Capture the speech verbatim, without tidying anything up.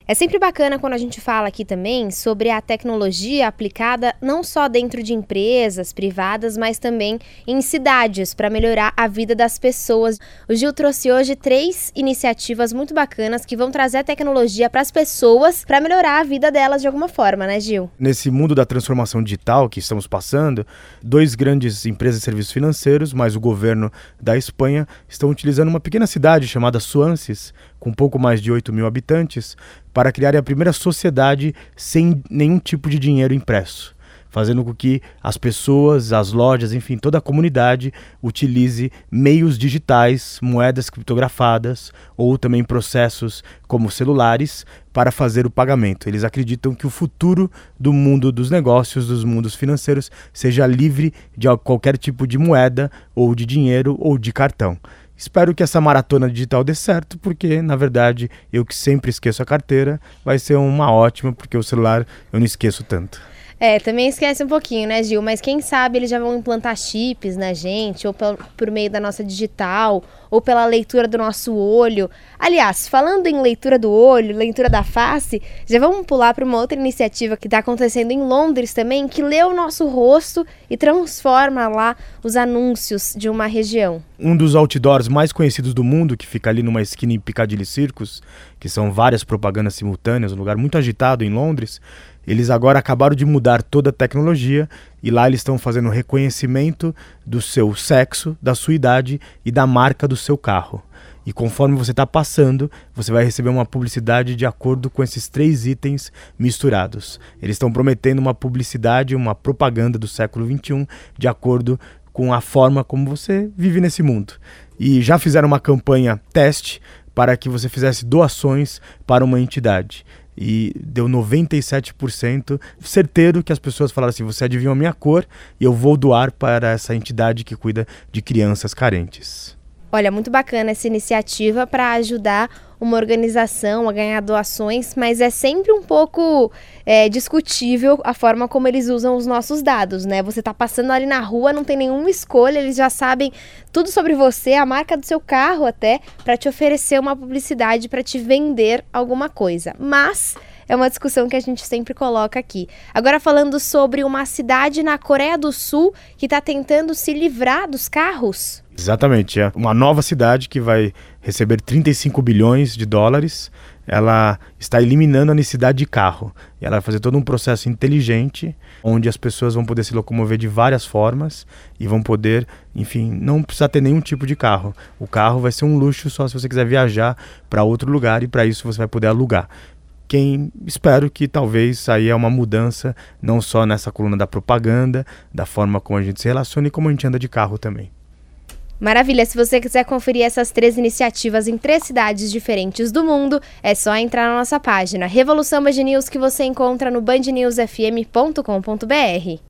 É sempre bacana quando a gente fala aqui também sobre a tecnologia aplicada não só dentro de empresas privadas, mas também em cidades, para melhorar a vida das pessoas. O Gil trouxe hoje três iniciativas muito bacanas que vão trazer a tecnologia para as pessoas para melhorar a vida delas de alguma forma, né, Gil? Nesse mundo da transformação digital que estamos passando, dois grandes empresas de serviços financeiros, mais o governo da Espanha, estão utilizando uma pequena cidade chamada Suances, com pouco mais de oito mil habitantes, para criar a primeira sociedade sem nenhum tipo de dinheiro impresso, fazendo com que as pessoas, as lojas, enfim, toda a comunidade utilize meios digitais, moedas criptografadas ou também processos como celulares para fazer o pagamento. Eles acreditam que o futuro do mundo dos negócios, dos mundos financeiros, seja livre de qualquer tipo de moeda ou de dinheiro ou de cartão. Espero que essa maratona digital dê certo, porque, na verdade, eu que sempre esqueço a carteira, vai ser uma ótima, porque o celular eu não esqueço tanto. É, também esquece um pouquinho, né, Gil? Mas quem sabe eles já vão implantar chips na gente, ou por, por meio da nossa digital, ou pela leitura do nosso olho. Aliás, falando em leitura do olho, leitura da face, já vamos pular para uma outra iniciativa que está acontecendo em Londres também, que lê o nosso rosto e transforma lá os anúncios de uma região. Um dos outdoors mais conhecidos do mundo, que fica ali numa esquina em Piccadilly Circus, que são várias propagandas simultâneas, um lugar muito agitado em Londres. Eles agora acabaram de mudar toda a tecnologia e lá eles estão fazendo reconhecimento do seu sexo, da sua idade e da marca do seu carro. E conforme você está passando, você vai receber uma publicidade de acordo com esses três itens misturados. Eles estão prometendo uma publicidade, uma propaganda do século vinte e um de acordo com a forma como você vive nesse mundo. E já fizeram uma campanha teste para que você fizesse doações para uma entidade. E deu noventa e sete por cento certeiro que as pessoas falaram assim: você adivinhou a minha cor e eu vou doar para essa entidade que cuida de crianças carentes. Olha, muito bacana essa iniciativa para ajudar uma organização a ganhar doações, mas é sempre um pouco é, discutível a forma como eles usam os nossos dados, né? Você tá passando ali na rua, não tem nenhuma escolha, eles já sabem tudo sobre você, a marca do seu carro até, para te oferecer uma publicidade, para te vender alguma coisa. Mas é uma discussão que a gente sempre coloca aqui. Agora falando sobre uma cidade na Coreia do Sul que está tentando se livrar dos carros. Exatamente, é uma nova cidade que vai receber trinta e cinco bilhões de dólares. Ela está eliminando a necessidade de carro. E ela vai fazer todo um processo inteligente, onde as pessoas vão poder se locomover de várias formas e vão poder, enfim, não precisar ter nenhum tipo de carro. O carro vai ser um luxo só se você quiser viajar para outro lugar, e para isso você vai poder alugar. Quem espero que talvez aí é uma mudança, não só nessa coluna da propaganda, da forma como a gente se relaciona e como a gente anda de carro também. Maravilha, se você quiser conferir essas três iniciativas em três cidades diferentes do mundo, é só entrar na nossa página Revolução Band News, que você encontra no band news f m ponto com ponto b r.